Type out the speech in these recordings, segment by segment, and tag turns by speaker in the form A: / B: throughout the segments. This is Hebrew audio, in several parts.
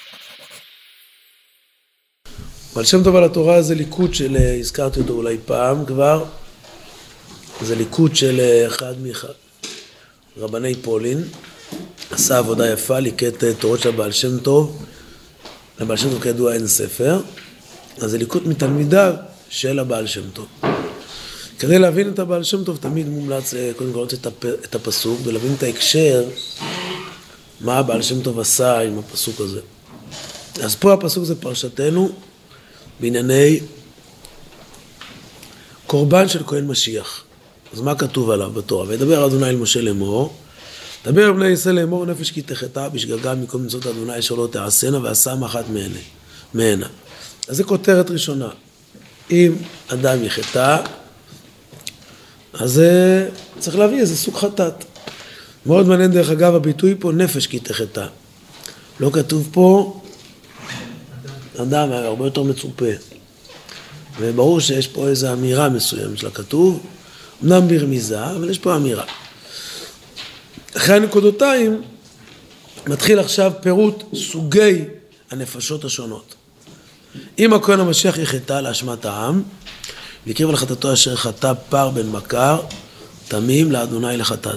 A: בעל שם טוב על התורה זה ליקוד של, הזכרתי אותו אולי פעם כבר, זה ליקוד של אחד מרבני פולין, עשה עבודה יפה, ליקט תורות של בעל שם טוב, לבעל שם טוב כידוע אין ספר, אז זה ליקוד מתלמידיו של הבעל שם טוב. כדי להבין את הבעל שם טוב תמיד מומלץ קודם כל את הפסוק ולהבין את ההקשר מה הבעל שם טוב עשה עם הפסוק הזה. אז פה הפסוק זה פרשתנו בענייני קורבן של כהן משיח. אז מה כתוב עליו בתורה? וידבר אדוני אל משה לאמור, דבר בני ישראל לאמור, נפש כי תחטא בשגגה מכל מצוות אדוני אשר לא תעשינה ועשם אחת מהנה. אז זה כותרת ראשונה. אם אדם יחטא, אז צריך להביא איזה סוג חטאת. מאוד מעניין דרך אגב הביטוי פה נפש כי תחטא. לא כתוב פה אדם, הרבה יותר מצופה. וברור שיש פה איזו אמירה מסוימת של הכתוב, אמנם ברמיזה, אבל יש פה אמירה. אחרי הנקודותיים מתחיל עכשיו פירוט סוגי הנפשות השונות. אם הכהן המשיח יחטא לאשמת העם, ויקריב על חטאתו אשר חטא פר בן בקר, תמים לאדוני לחטאת.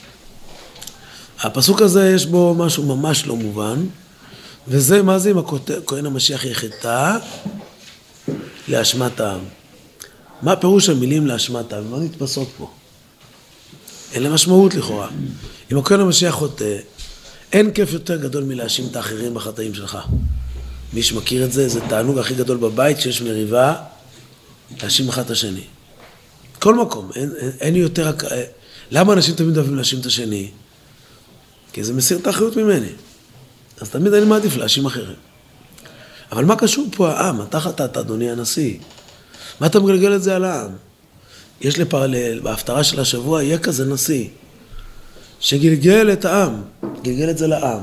A: הפסוק הזה יש בו משהו ממש לא מובן, וזה מה זה אם הכהן המשיח יחטא לאשמת העם. מה פירוש המילים לאשמת העם? לא נתפסות פה. אין להם משמעות לכאורה. אם הכהן המשיח חוטא, אין כיף יותר גדול מלהאשים את האחרים בחטאים שלך. מי שמכיר את זה, זה תענוג הכי גדול בבית שיש מריבה, להאשים אחד את השני. כל מקום, אין יותר... למה אנשים תמיד אוהבים להאשים את השני? כי זה מסיר את האחריות ממני. אז תמיד אני מעדיף להאשים אחרים. אבל מה קשור פה העם? אתה חטאת, אדוני הנשיא. מה אתה מגלגל את זה על העם? יש בהפטרה של השבוע, יהיה כזה נשיא, שגלגל את העם, גלגל את זה לעם.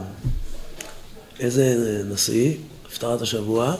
A: איזה נשיא? הפטרת השבוע?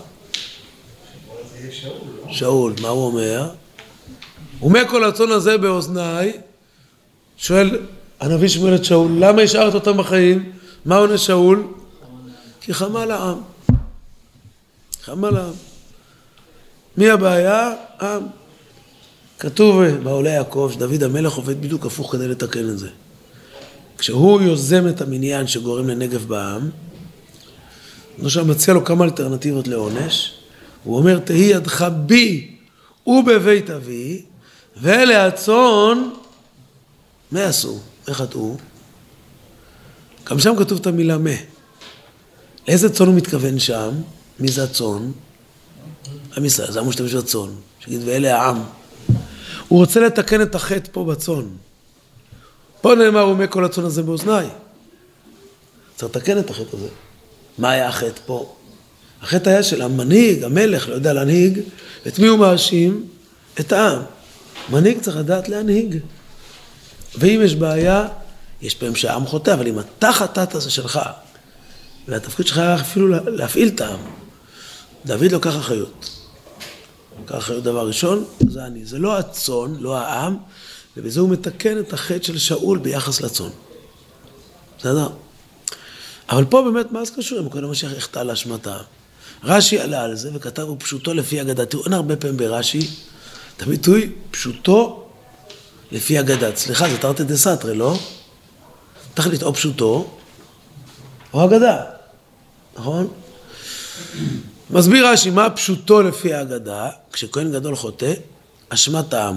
A: שאול. מה הוא אומר? ומה כל הצאן הזה באוזניי? שואל הנביא שמואל את שאול, למה השארת אותם בחיים? מה עונה שאול? כי חמה לעם. חמה לעם. מי הבעיה? עם. כתוב בעולי יעקב שדוד המלך עובד בדיוק הפוך כדי לתקן את זה. כשהוא יוזם את המניין שגורם לנגב בעם, נושא מציע לו כמה אלטרנטיבות לעונש, הוא אומר תהי ידך בי ובבית אבי, ואלה הצאן, מה עשו? איך חטאו? גם שם כתוב את המילה מה. לאיזה צאן הוא מתכוון שם? מי זה הצאן? עם ישראל, זה המושתמש בצאן, שגיד ואלה העם. הוא רוצה לתקן את החטא פה בצאן. פה נאמר ומה כל הצאן הזה באוזניי. צריך לתקן את החטא הזה. מה היה החטא פה? החטא היה של המנהיג, המלך, לא יודע להנהיג, את מי הוא מאשים? את העם. מנהיג צריך לדעת להנהיג. ואם יש בעיה, יש פעמים שהעם חוטא, אבל אם אתה חטאת זה שלך, והתפקיד שלך היה אפילו להפעיל את העם. דוד לוקח אחריות. לוקח אחריות דבר ראשון, זה אני. זה לא הצאן, לא העם, ובזה הוא מתקן את החטא של שאול ביחס לצאן. בסדר? אבל פה באמת מה זה קשור? אם הכהן המשיח יחטא לאשמת העם. רש"י עלה על זה וכתב הוא פשוטו לפי אגדה. תראו, אין הרבה פעמים ברש"י, את הביטוי פשוטו לפי אגדה. סליחה, זה תרתי דסתרי, לא? תחליט או פשוטו או אגדה. נכון? מסביר רש"י מה פשוטו לפי האגדה, כשכהן גדול חוטא, אשמת העם.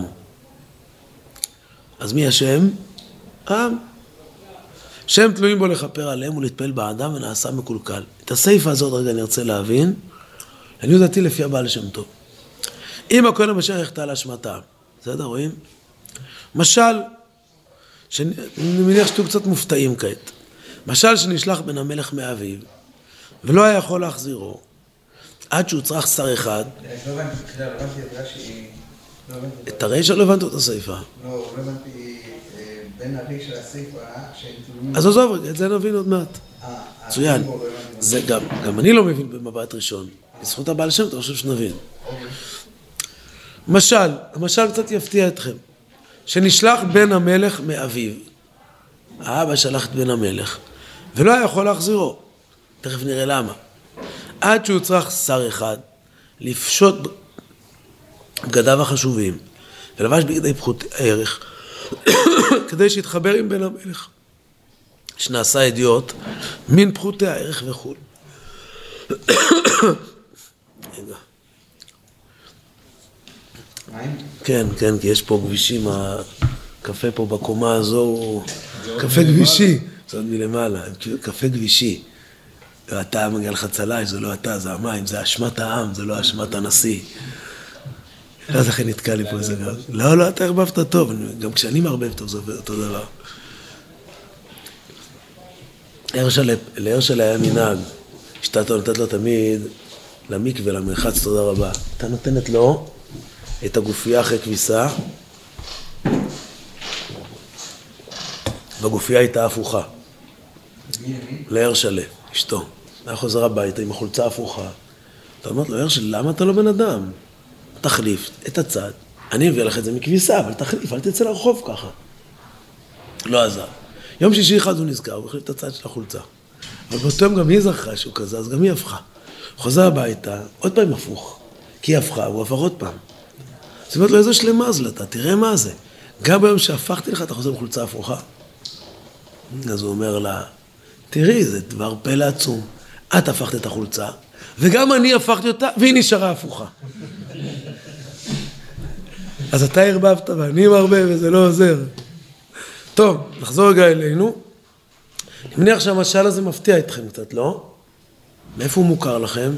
A: אז מי השם? העם. שם תלויים בו לכפר עליהם ולהתפעל בעדם ונעשה מקולקל. את הסעיף הזאת רגע נרצה להבין, אני יודעתי לפי הבעל שם טוב. אם הכהן המשיח יחטא לאשמת העם, בסדר, רואים? משל, אני מניח שתהיו קצת מופתעים כעת, משל שנשלח בן המלך מאביו, ולא היה יכול להחזירו, עד שהוא צריך שר אחד.
B: לא הבנתי את רש"י.
A: את הרישא לא הבנתי את הסעיפה.
B: לא הבנתי בין הרישא לסעיפה.
A: אז עזוב רגע, את זה נבין עוד מעט. מצוין. זה גם אני לא מבין במבט ראשון. בזכות הבעל שם אתה חושב שנבין. המשל קצת יפתיע אתכם. שנשלח בן המלך מאביו. האבא שלח את בן המלך. ולא היה יכול להחזירו. תכף נראה למה. עד שהוא צריך שר אחד לפשוט בגדיו החשובים ולבש בגדי פחותי הערך כדי שיתחבר עם בן המלך שנעשה אדיוט מן פחותי הערך וכו'. רגע. כן, כן, כי יש פה כבישים, הקפה פה בקומה הזו הוא קפה כבישי, זה עוד מלמעלה, קפה כבישי. ואתה מגיע לך צלאי, זה לא אתה, זה המים, זה אשמת העם, זה לא אשמת הנשיא. אז לכן נתקע לי פה איזה גב. לא, לא, אתה הרבבת טוב, גם כשאני מערבב טוב זה עובד אותו דבר. להרשל היה מנהג, שאתה נותנת לו תמיד למקווה, למרחץ, תודה רבה. אתה נותנת לו את הגופייה אחרי כביסה, והגופייה הייתה הפוכה. להרשלה, אשתו. היה חוזר הביתה עם החולצה הפוכה. אתה אומרת לו, להרשל, למה אתה לא בן אדם? תחליף את הצד. אני אביא לך את זה מכביסה, אבל תחליף, אל תצא לרחוב ככה. לא עזר. יום שישי אחד הוא נזכר, הוא החליף את הצד של החולצה. אבל באותו יום גם היא זכרה שהוא כזה, אז גם היא הפכה. חוזר הביתה, עוד פעם הפוך. כי היא הפכה, הוא הפך עוד פעם. זאת אומרת לו, איזה שלמה זלתה, תראה מה זה. גם ביום שהפכתי לך, אתה חוזר בחולצה הפוכה. אז הוא אומר לה, תראי, זה דבר פלא עצום. את הפכת את החולצה, וגם אני הפכתי אותה, והיא נשארה הפוכה. אז אתה הרבבת ואני מערבב, וזה לא עוזר. טוב, נחזור רגע אלינו. אני מניח שהמשל הזה מפתיע אתכם קצת, לא? מאיפה הוא מוכר לכם?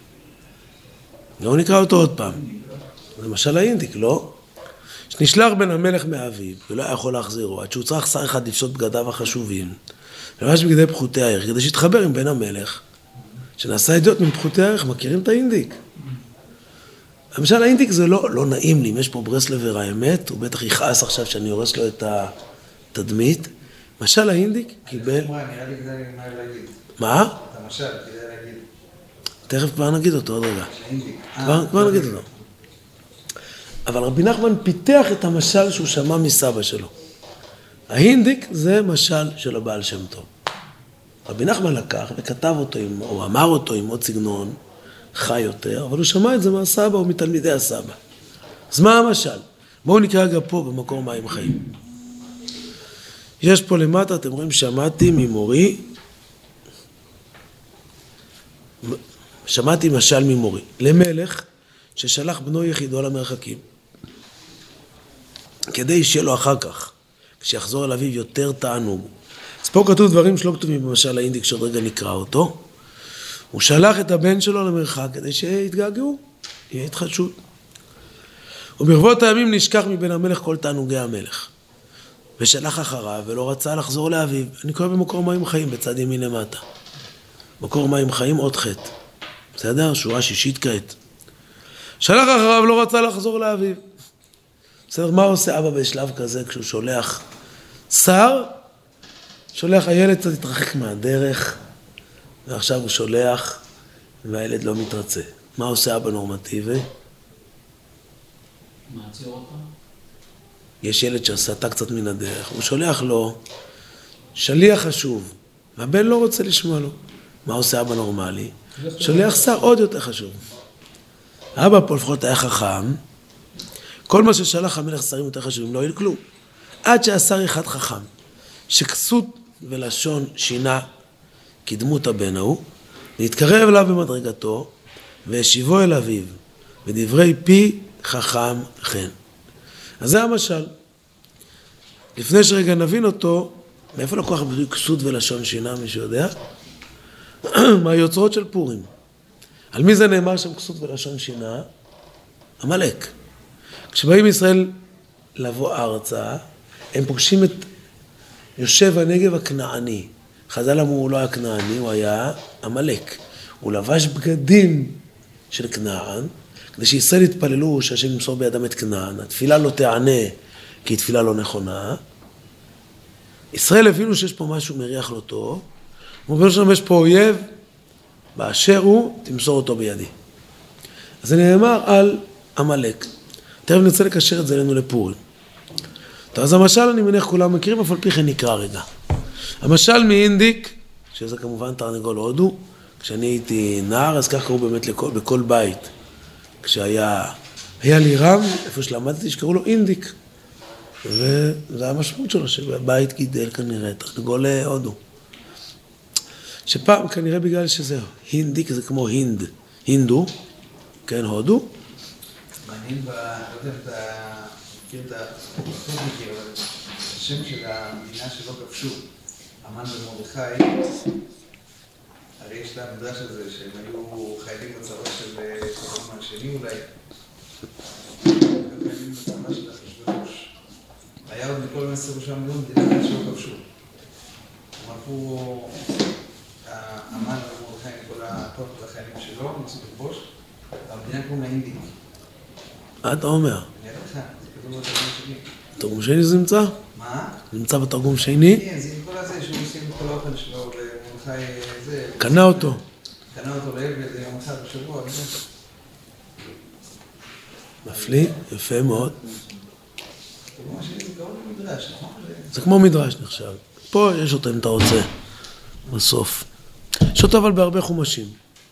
A: לא נקרא אותו עוד פעם. זה משל האינדיק, לא? שנשלח בן המלך מאביו, ולא היה יכול להחזירו, עד שהוא צריך שר אחד לפשוט בגדיו החשובים, ולבש בגדי פחותי הערך, כדי שיתחבר עם בן המלך, שנעשה אדיוט מפחותי הערך, מכירים את האינדיק? למשל האינדיק זה לא נעים לי, אם יש פה ברסלבר האמת, הוא בטח יכעס עכשיו שאני הורס לו את התדמית. משל האינדיק קיבל...
B: נראה לי כדאי להגיד.
A: מה?
B: את המשל, כדאי להגיד.
A: תכף כבר נגיד אותו עוד רגע.
B: האינדיק.
A: כבר נגיד אותו. אבל רבי נחמן פיתח את המשל שהוא שמע מסבא שלו. האינדיק זה משל של הבעל שם טוב. רבי נחמן לקח וכתב אותו, או אמר אותו עם עוד סגנון, חי יותר, אבל הוא שמע את זה מהסבא או מתלמידי הסבא. אז מה המשל? בואו נקרא גם פה במקור מים חיים. יש פה למטה, אתם רואים, שמעתי ממורי, שמעתי משל ממורי, למלך ששלח בנו יחידו למרחקים, כדי שיהיה לו אחר כך, כשיחזור אל אביו יותר תענוג. אז פה כתוב דברים שלא כתובים במשל האינדיק, שעוד רגע נקרא אותו. הוא שלח את הבן שלו למרחק כדי שיתגעגעו, יהיה התחדשות. וברבות הימים נשכח מבן המלך כל תענוגי המלך. ושלח אחריו ולא רצה לחזור לאביו. אני קורא במקור מים חיים בצד ימין למטה. מקור מים חיים עוד חטא. בסדר? שורה שישית כעת. שלח אחריו לא רצה לחזור לאביו. בסדר? מה עושה אבא בשלב כזה כשהוא שולח שר? שולח הילד קצת להתרחק מהדרך. ועכשיו הוא שולח, והילד לא מתרצה. מה עושה אבא נורמטיבי?
C: מעציר אותו?
A: יש ילד שעשתה קצת מן הדרך, הוא שולח לו שליח חשוב, והבן לא רוצה לשמוע לו. מה עושה אבא נורמלי? שליח שר עוד יותר חשוב. אבא פה לפחות היה חכם, כל מה ששלח המלך שרים יותר חשובים, לא יהיה כלום. עד שהשר אחד חכם, שכסות ולשון שינה, כדמות הבן ההוא, להתקרב אליו במדרגתו, והשיבו אל אביו, ודברי פי חכם חן. אז זה המשל. לפני שרגע נבין אותו, מאיפה לקוח בדיוק כסות ולשון שינה, מישהו יודע? מהיוצרות של פורים. על מי זה נאמר שם כסות ולשון שינה? עמלק. כשבאים ישראל לבוא ארצה, הם פוגשים את יושב הנגב הכנעני. חז"ל אמרו, הוא לא היה כנעני, הוא היה עמלק. הוא לבש בגדים של כנען, כדי שישראל יתפללו שהשם ימסור בידם את כנען. התפילה לא תענה, כי היא תפילה לא נכונה. ישראל הבינו שיש פה משהו מריח לא טוב, הוא אומר שם יש פה אויב, באשר הוא, תמסור אותו בידי. אז זה נאמר על עמלק. תכף נרצה לקשר את זה אלינו לפורים. טוב, אז המשל אני מניח כולם מכירים, אבל פי כן נקרא רגע. המשל מאינדיק, שזה כמובן תרנגול הודו, כשאני הייתי נער, אז כך קראו באמת בכל בית. כשהיה לי רם, איפה שלמדתי, שקראו לו אינדיק. וזה המשמעות שלו, שבבית גידל כנראה, תרנגול הודו. שפעם כנראה בגלל שזה הינדיק, זה כמו הינדו, כן, הודו.
B: מעניין, לא יודע אם אתה מכיר את השם של המדינה שלא כבשו, המן ומרדכי, הרי יש לה המדרש הזה שהם היו חיילים בצבא של סולומון השני אולי, חיילים בצבא של אחשוורוש. היה עוד מכל 27 מיליון מדינה שלא כבשו. הם הלכו, המן ומרדכי עם כל הכוח לחיילים שלו, ניסו לכבוש, המדינה קוראים לה אינדיק.
A: מה אתה אומר?
B: אני אראה לך, זה כתוב בתרגום שני.
A: בתרגום שני זה נמצא?
B: מה?
A: נמצא בתרגום שני?
B: כן, זה עם כל הזה שהוא סיים את כל האופן שלו, ומרדכי זה...
A: קנה אותו.
B: קנה אותו לעבד יום אחד בשבוע, אני יודע.
A: מפליא, יפה מאוד.
B: מה שלי זה קרוב למדרש, נכון?
A: זה כמו מדרש נחשב. פה יש אותו אם אתה רוצה, בסוף. יש אותו אבל בהרבה חומשים.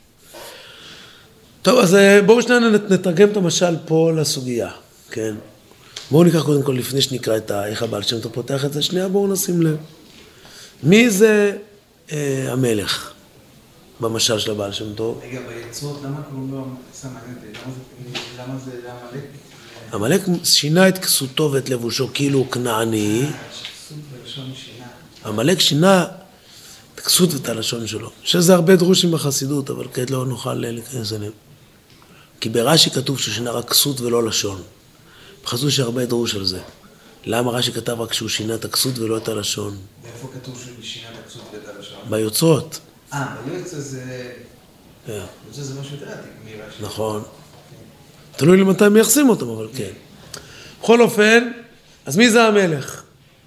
A: טוב, אז בואו שנייה נתרגם את המשל פה לסוגיה, כן? בואו ניקח קודם כל, לפני שנקרא את איך הבעל שם טוב פותח את זה, שנייה בואו נשים לב. מי זה המלך במשל של הבעל שם טוב?
B: רגע, ביצרות, למה קוראים לו, למה זה עמלק?
A: עמלק שינה את כסותו ואת לבושו כאילו הוא כנעני.
B: כסות בלשון שינה.
A: עמלק שינה את הכסות ואת הלשון שלו. שזה הרבה דרושים בחסידות, אבל כעת לא נוכל להיכנס אליהם. כי ברש"י כתוב שהוא שינה רק כסות ולא לשון. בחזו שהרבה דרוש על זה. למה רש"י כתב רק שהוא שינה את הכסות ולא את הלשון?
B: ואיפה כתוב שהוא שינה את הכסות ואת הלשון?
A: ביוצרות.
B: ביוצר זה... ביוצר זה משהו יותר עתיק מרש"י.
A: נכון. תלוי למתי מייחסים אותם, אבל כן. בכל אופן, אז מי זה המלך?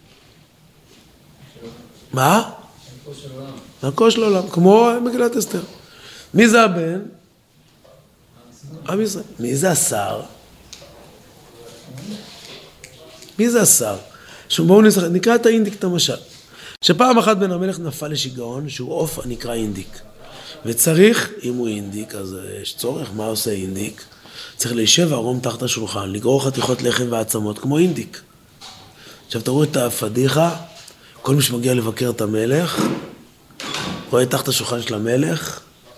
A: מה? מלכו של עולם, כמו מגילת אסתר. מי זה הבן? עם ישראל. מי זה השר? מי זה השר? בואו נקרא את האינדיק, את המשל. שפעם אחת בן המלך נפל לשיגעון, שהוא עוף הנקרא אינדיק. וצריך, אם הוא אינדיק, אז יש צורך, מה עושה אינדיק? צריך להישב וערום תחת השולחן, לגרור חתיכות לחם ועצמות, כמו אינדיק. עכשיו תראו את הפדיחה, כל מי שמגיע לבקר את המלך, רואה תחת השולחן של המלך,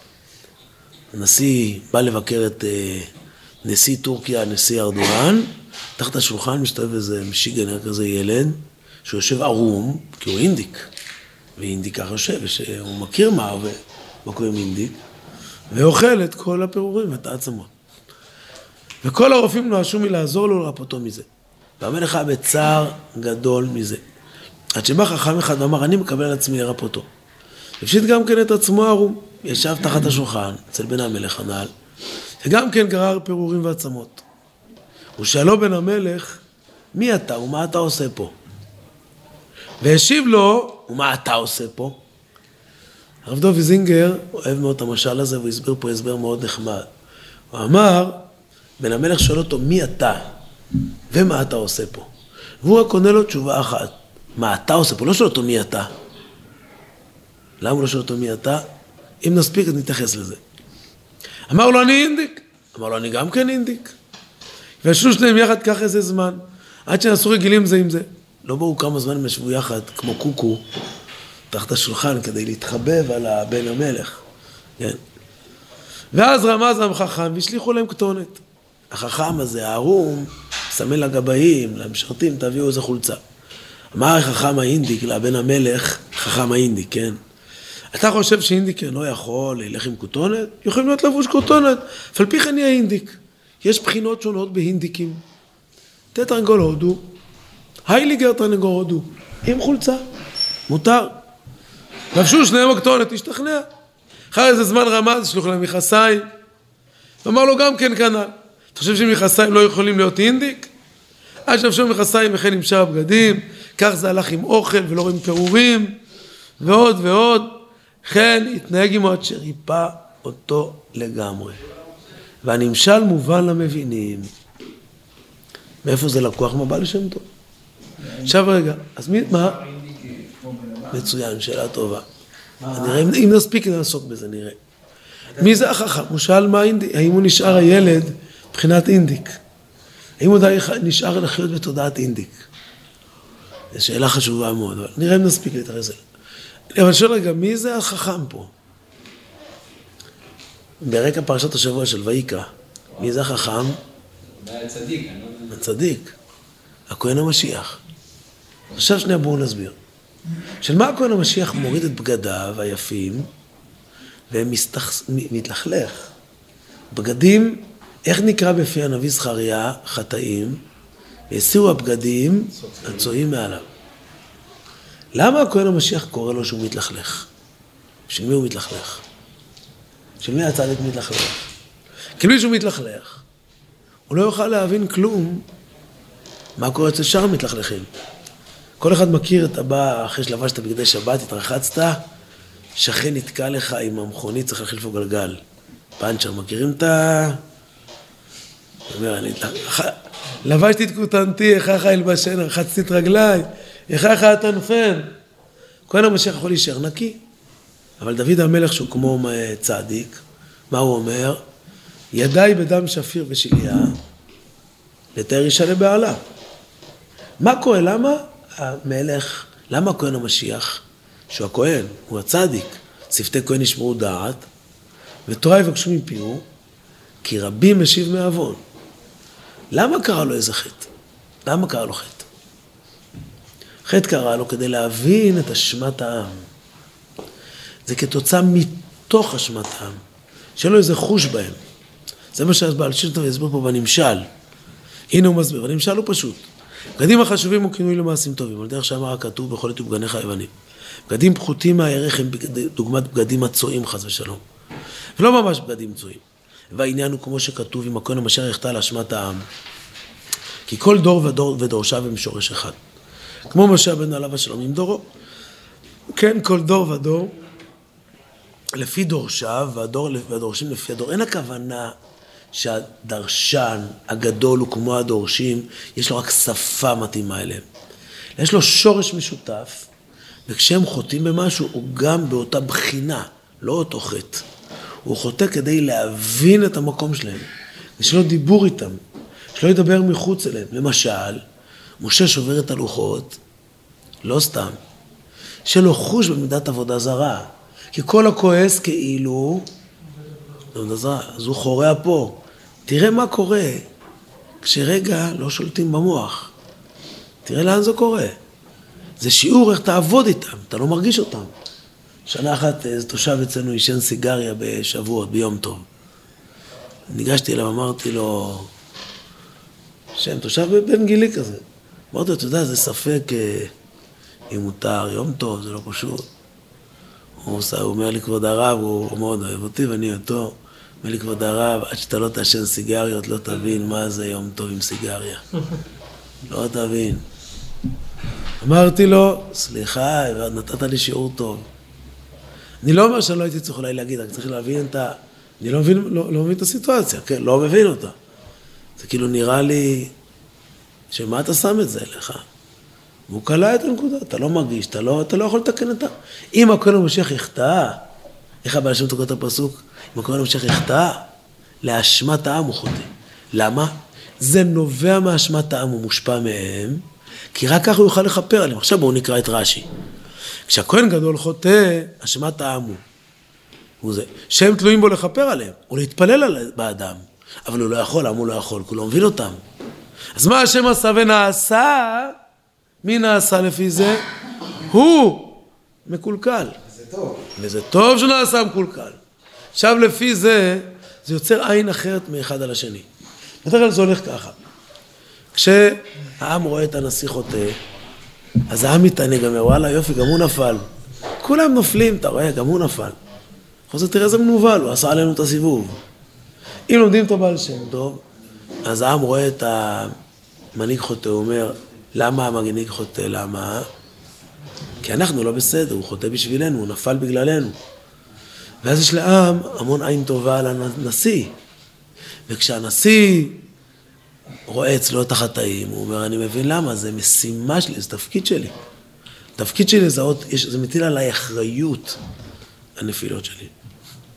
A: הנשיא בא לבקר את נשיא טורקיה, נשיא ארדואן, תחת השולחן מסתובב איזה משיגנר כזה ילד, שהוא יושב ערום, כי הוא אינדיק, ואינדיק ככה יושב, שהוא מכיר מה קוראים אינדיק, ואוכל את כל הפירורים ואת העצמות. וכל הרופאים נואשו מלעזור לו לרפאותו מזה. והמלך היה בצער גדול מזה. עד שבא חכם אחד ואמר, אני מקבל על עצמי לרפאותו. הפשיט גם כן את עצמו ערום, ישב תחת השולחן, אצל בן המלך הנעל, וגם כן גרר פירורים ועצמות. ושאלו בן המלך, מי אתה ומה אתה עושה פה? והשיב לו, ומה אתה עושה פה? הרב דב זינגר אוהב מאוד את המשל הזה, והוא הסביר פה הסבר מאוד נחמד. הוא אמר, בן המלך שואל אותו, מי אתה? ומה אתה עושה פה? והוא רק עונה לו תשובה אחת, מה אתה עושה פה? לא שואל אותו מי אתה. למה הוא לא שואל אותו מי אתה? אם נספיק, אז נתייחס לזה. אמר לו, אני אינדיק. אמר לו, אני גם כן אינדיק. וישבו שניהם יחד כך איזה זמן, עד שנעשו רגילים זה עם זה. לא ברור כמה זמן הם ישבו יחד, כמו קוקו, תחת השולחן, כדי להתחבב על בן המלך. כן. ואז רמז החכם, והשליחו להם כתונת. החכם הזה, הערום, סמל לגבאים, למשרתים, תביאו איזה חולצה. אמר החכם האינדיק, לבן המלך, חכם האינדיק, כן? אתה חושב שאינדיק לא יכול ללך עם כתונת? יכולים להיות לבוש כתונת, אבל פי כן יהיה אינדיק. יש בחינות שונות באינדיקים. תרנגול הודו, הייליגר תרנגול הודו, עם חולצה, מותר. לבשו שניהם הכתונת, תשתכנע. אחרי איזה זמן רמז, שלוחו להם מכסיים. ואמר לו גם כן כנ"ל. אתה חושב שמכסיים לא יכולים להיות אינדיק? עד שלבשו מכסיים וכן עם שאר הבגדים, כך זה הלך עם אוכל ולא עם פירורים, ועוד ועוד. כן, התנהג עמו עד שריפא אותו לגמרי. והנמשל מובן למבינים. מאיפה זה לקוח מבעל שם טוב? עכשיו רגע, אז מה? מצוין, שאלה טובה. נראה, אם נספיק נעסוק בזה, נראה. מי זה החכם? הוא שאל מה אינדיק, האם הוא נשאר הילד מבחינת אינדיק? האם הוא נשאר לחיות בתודעת אינדיק? זו שאלה חשובה מאוד, אבל נראה אם נספיק להתארז אליה. אבל שואל רגע, מי זה החכם פה? ברקע פרשת השבוע של ויקרא, מי זה החכם?
B: הצדיק.
A: הצדיק, הכהן המשיח. עכשיו שנייה בואו נסביר. של מה הכהן המשיח מוריד את בגדיו היפים ומתלכלך? בגדים, איך נקרא בפי הנביא זכריה? חטאים, והסירו הבגדים הצועים מעליו. למה הכהן המשיח קורא לו שהוא מתלכלך? של מי הוא מתלכלך? של מי הצדיק מתלכלך? כי מי שהוא מתלכלך, הוא לא יוכל להבין כלום מה קורה אצל שאר המתלכלכים. כל אחד מכיר את הבא, אחרי שלבשת בגדי שבת, התרחצת, שכן נתקע לך עם המכונית, צריך להחליף לו גלגל. פאנצ'ר, מכירים את ה... אומר, אני לבשתי את כותנתי, איך אלבשן, רחצתי את רגליי, איך אתה נופל. כהן המשיח יכול להישאר נקי. אבל דוד המלך שהוא כמו צדיק, מה הוא אומר? ידיי בדם שפיר ושליה, לתאר אישה לבעלה. מה קורה? למה המלך, למה הכהן המשיח, שהוא הכהן, הוא הצדיק, שפתי כהן ישמעו דעת, ותורה יבקשו מפיהו, כי רבים משיב מעוון. למה קרא לו איזה חטא? למה קרא לו חטא? חטא קרא לו כדי להבין את אשמת העם. זה כתוצאה מתוך אשמת העם, שאין לו איזה חוש בהם. זה מה שהבעל שם טוב יסביר פה בנמשל. הנה הוא מסביר, הנמשל הוא פשוט. בגדים החשובים הוא כינוי למעשים טובים, על דרך שאמר הכתוב בכל עת ובגניך היוונים. בגדים פחותים מהערך הם דוגמת בגדים הצועים חס ושלום. ולא ממש בגדים צועים. והעניין הוא כמו שכתוב, אם הכהן המשיח יחטא לאשמת העם. כי כל דור ודורשיו הם שורש אחד. כמו משה בן עליו השלום עם דורו. כן, כל דור ודור, לפי דורשיו, והדורשים לפי הדור. אין הכוונה שהדרשן הגדול הוא כמו הדורשים, יש לו רק שפה מתאימה אליהם. יש לו שורש משותף, וכשהם חוטאים במשהו, הוא גם באותה בחינה, לא אותו חטא. הוא חוטא כדי להבין את המקום שלהם, יש לו דיבור איתם, שלא ידבר מחוץ אליהם. למשל, משה שובר את הלוחות, לא סתם, שלא חוש במידת עבודה זרה, כי כל הכועס כאילו, עבודה זרה, אז הוא חורע פה. תראה מה קורה כשרגע לא שולטים במוח. תראה לאן זה קורה. זה שיעור איך תעבוד איתם, אתה לא מרגיש אותם. שנה אחת איזה תושב אצלנו ישן סיגריה בשבועות, ביום טוב. ניגשתי אליו, אמרתי לו, שם, תושב בן גילי כזה. אמרתי לו, אתה יודע, זה ספק אם מותר, יום טוב, זה לא פשוט. הוא אומר לי, כבוד הרב, הוא מאוד אוהב אותי ואני אותו. אומר לי, כבוד הרב, עד שאתה לא תשן סיגריות, לא תבין מה זה יום טוב עם סיגריה. לא תבין. אמרתי לו, סליחה, נתת לי שיעור טוב. אני לא אומר שאני לא הייתי צריך אולי להגיד, אני צריך להבין את ה... אני לא מבין את הסיטואציה, כן? לא מבין אותה. זה כאילו נראה לי, שמה אתה שם את זה אליך? והוא קלה את הנקודה, אתה לא מרגיש, אתה לא יכול לתקן את ה... אם הכהן המשיח יחטא, איך הבעל שם תוקע את הפסוק? אם הכהן המשיח יחטא, לאשמת העם הוא חוטא. למה? זה נובע מאשמת העם, הוא מושפע מהם, כי רק ככה הוא יוכל לכפר עליהם. עכשיו בואו נקרא את רש"י. כשהכהן גדול חוטא, אשמת העם הוא זה. שהם תלויים בו לכפר עליהם, או להתפלל באדם. אבל הוא לא יכול, העם הוא לא יכול, כי הוא לא מבין אותם. אז מה השם עשה ונעשה? מי נעשה לפי זה? הוא מקולקל.
B: זה טוב.
A: וזה טוב שנעשה מקולקל. עכשיו לפי זה, זה יוצר עין אחרת מאחד על השני. בדרך כלל זה הולך ככה. כשהעם רואה את הנשיא חוטא, אז העם מתענג, גם וואלה יופי, גם הוא נפל. כולם נופלים, אתה רואה, גם הוא נפל. חוזר, תראה איזה מנוול, הוא עשה עלינו את הסיבוב. אם לומדים את הבעל שם טוב, אז העם רואה את המנהיג חוטא, הוא אומר, למה המנהיג חוטא? למה? כי אנחנו לא בסדר, הוא חוטא בשבילנו, הוא נפל בגללנו. ואז יש לעם המון עין טובה על הנשיא. וכשהנשיא רואה אצלו את החטאים, הוא אומר, אני מבין למה, זה משימה שלי, זה תפקיד שלי. תפקיד שלי זה מטיל עליי אחריות הנפילות שלי.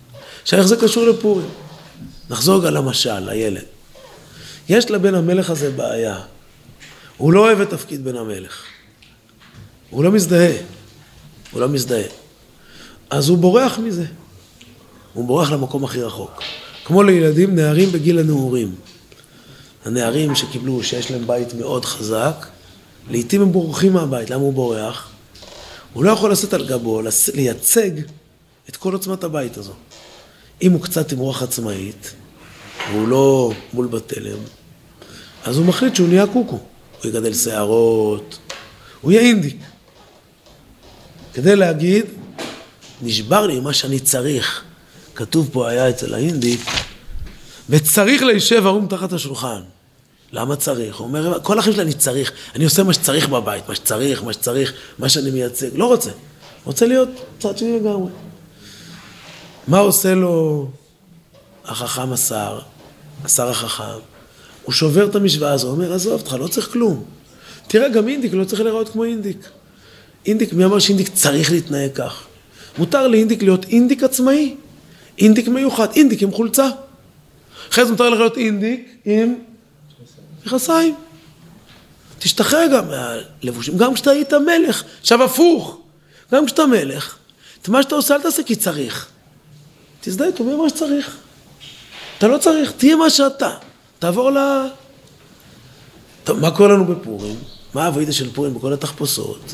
A: עכשיו איך זה קשור לפורים? נחזור על המשל, הילד. יש לבן המלך הזה בעיה. הוא לא אוהב את תפקיד בן המלך. הוא לא מזדהה. אז הוא בורח מזה. הוא בורח למקום הכי רחוק. כמו לילדים, נערים בגיל הנעורים. הנערים שקיבלו, שיש להם בית מאוד חזק, לעתים הם בורחים מהבית. למה הוא בורח? הוא לא יכול לשאת על גבו, לייצג את כל עוצמת הבית הזו. אם הוא קצת עם רוח עצמאית, והוא לא מול בתלם, אז הוא מחליט שהוא נהיה קוקו. הוא יגדל שערות, הוא יהיה אינדיק. כדי להגיד, נשבר לי מה שאני צריך. כתוב פה היה אצל האינדיק, וצריך להישב ערום תחת השולחן. למה צריך? הוא אומר, כל החיים שלי אני צריך. אני עושה מה שצריך בבית, מה שצריך, מה שאני מייצג. לא רוצה. רוצה להיות צד שני לגמרי. מה עושה לו החכם השר החכם? הוא שובר את המשוואה הזו, הוא אומר, עזוב אותך, לא צריך כלום. תראה, גם אינדיק לא צריך להיראות כמו אינדיק. אינדיק, מי אמר שאינדיק צריך להתנהג כך? מותר לאינדיק להיות אינדיק עצמאי, אינדיק מיוחד, אינדיק עם חולצה. אחרי זה מותר להיות אינדיק עם מכנסיים. תשתחרר גם מהלבושים, גם כשאתה היית מלך, עכשיו הפוך, גם כשאתה מלך, את מה שאתה עושה אל תעשה כי צריך. תזדהה, תאמר מה שצריך. אתה לא צריך, תהיה מה שאתה. תעבור טוב, מה קורה לנו בפורים? מה העבודה של פורים בכל התחפושות?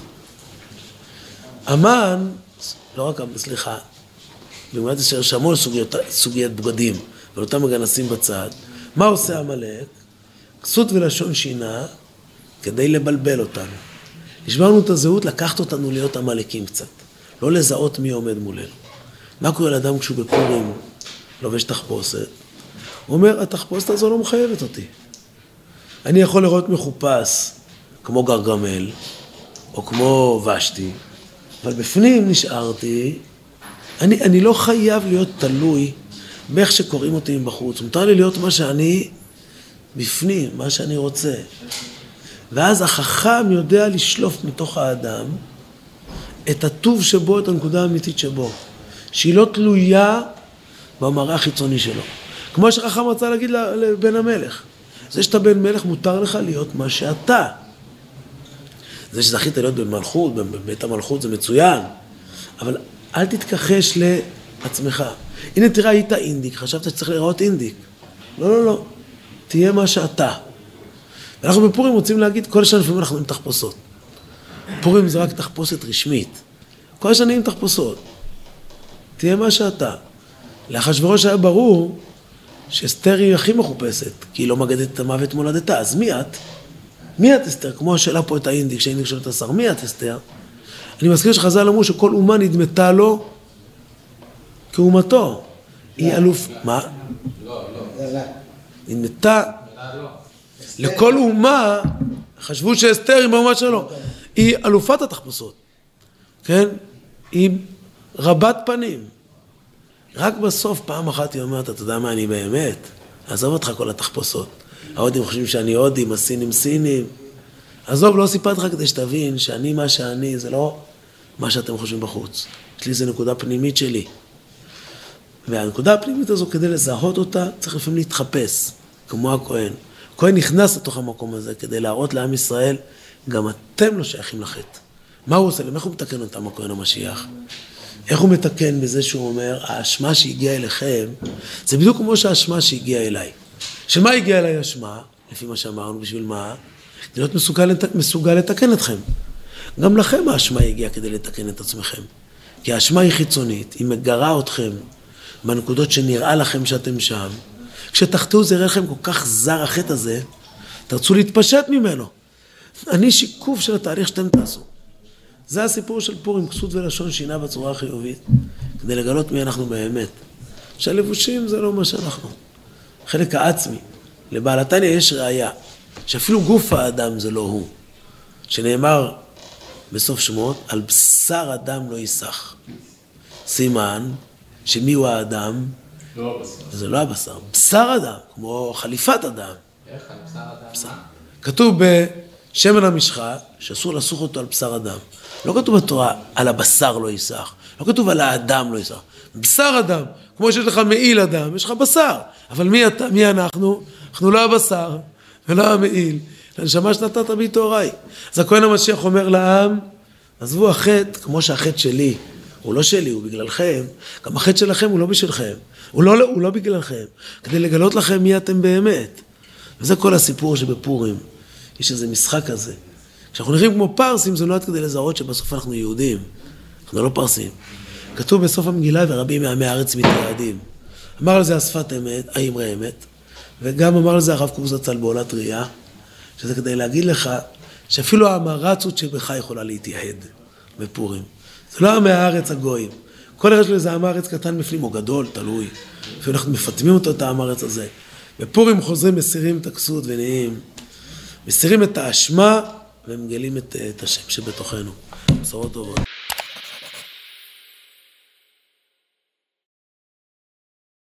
A: המן, לא רק, סליחה, במדינת ישראל יש המון סוגיית בגדים, ולאותם מגנסים בצד. מה עושה המלך? כסות ולשון שינה כדי לבלבל אותנו. נשמרנו את הזהות, לקחת אותנו להיות המלאקים קצת. לא לזהות מי עומד מולנו. מה קורה לאדם כשהוא בפורים לובש תחפושת? הוא אומר, התחפושת הזו לא מחייבת אותי. אני יכול לראות מחופש כמו גרגמל, או כמו ושתי, אבל בפנים נשארתי, אני לא חייב להיות תלוי באיך שקוראים אותי מבחוץ. מותר לי להיות מה שאני בפנים, מה שאני רוצה. ואז החכם יודע לשלוף מתוך האדם את הטוב שבו, את הנקודה האמיתית שבו, שהיא לא תלויה במראה החיצוני שלו. כמו שחכם רצה להגיד לבן המלך, זה שאתה בן מלך מותר לך להיות מה שאתה. זה שזכית להיות במלכות, בבית המלכות זה מצוין, אבל אל תתכחש לעצמך. הנה תראה, היית אינדיק, חשבת שצריך לראות אינדיק. לא, תהיה מה שאתה. ואנחנו בפורים רוצים להגיד, כל השנה לפעמים אנחנו עם תחפושות. פורים זה רק תחפושת רשמית. כל השנה עם תחפושות. תהיה מה שאתה. לאחשוורוש היה ברור שאסתר היא הכי מחופשת, כי היא לא מגדת את המוות מולדתה. אז מי את? מי את אסתר? כמו השאלה פה את האינדיק, שהאינדיק שואל את השר, מי את אסתר? אני מזכיר שחז"ל אמרו שכל אומה נדמתה לו כאומתו. היא אלוף... מה?
B: לא.
A: נדמתה... לכל אומה חשבו שאסתר היא באומה שלו. היא אלופת התחפושות. כן? היא רבת פנים. רק בסוף פעם אחת היא אומרת, אתה יודע מה אני באמת? עזוב אותך כל התחפושות. ההודים חושבים שאני הודים, הסינים סינים. עזוב, לא סיפרתי לך כדי שתבין שאני מה שאני, זה לא מה שאתם חושבים בחוץ. יש לי איזו נקודה פנימית שלי. והנקודה הפנימית הזו, כדי לזהות אותה, צריך לפעמים להתחפש, כמו הכהן. הכהן נכנס לתוך המקום הזה כדי להראות לעם ישראל, גם אתם לא שייכים לחטא. מה הוא עושה להם? איך הוא מתקן אותם, הכהן המשיח? איך הוא מתקן בזה שהוא אומר, האשמה שהגיעה אליכם, זה בדיוק כמו שהאשמה שהגיעה אליי. שמה הגיעה אליי האשמה? לפי מה שאמרנו, בשביל מה? כדי להיות מסוגל לתקן אתכם. גם לכם האשמה הגיעה כדי לתקן את עצמכם. כי האשמה היא חיצונית, היא מגרה אתכם בנקודות שנראה לכם שאתם שם. כשתחתו זה יראה לכם כל כך זר החטא הזה, תרצו להתפשט ממנו. אני שיקוף של התהליך שאתם תעשו. זה הסיפור של פורים, כסות ולשון שינה בצורה החיובית, כדי לגלות מי אנחנו באמת. שהלבושים זה לא מה שאנחנו. חלק העצמי. לבעל התניא יש ראיה, שאפילו גוף האדם זה לא הוא. שנאמר בסוף שמות, על בשר אדם לא ייסח. סימן, שמי הוא האדם?
B: לא הבשר.
A: זה לא הבשר. בשר אדם, כמו חליפת אדם.
B: איך על בשר אדם?
A: בשר. כתוב בשמן המשחה, שאסור לסוך אותו על בשר אדם. לא כתוב בתורה על הבשר לא ייסח. לא כתוב על האדם לא ייסח. בשר אדם, כמו שיש לך מעיל אדם, יש לך בשר, אבל מי אתה, מי אנחנו? אנחנו לא הבשר ולא המעיל, הנשמה שנתת בי תוראי. אז הכהן המשיח אומר לעם, עזבו החטא, כמו שהחטא שלי, הוא לא שלי, הוא בגללכם, גם החטא שלכם הוא לא בשבילכם, הוא לא בגללכם, כדי לגלות לכם מי אתם באמת. וזה כל הסיפור שבפורים, יש איזה משחק כזה. כשאנחנו נראים כמו פרסים, זה לא עד כדי לזהות שבסוף אנחנו יהודים, אנחנו לא פרסים. כתוב בסוף המגילה, ורבים מעמי הארץ מתייעדים. אמר לזה השפת אמת, האמרי אמת, וגם אמר לזה הרב קוק זצ"ל בעולת ראייה, שזה כדי להגיד לך שאפילו המרצות שבך יכולה להתייהד בפורים. זה לא עמי הארץ הגויים. כל הרגע שלו זה עם הארץ קטן בפנים או גדול, תלוי. אפילו אנחנו מפתמים אותו את העם הארץ הזה. בפורים חוזרים, מסירים את הכסות ונהיים, מסירים את האשמה ומגלים את השם שבתוכנו. בשורות טובות.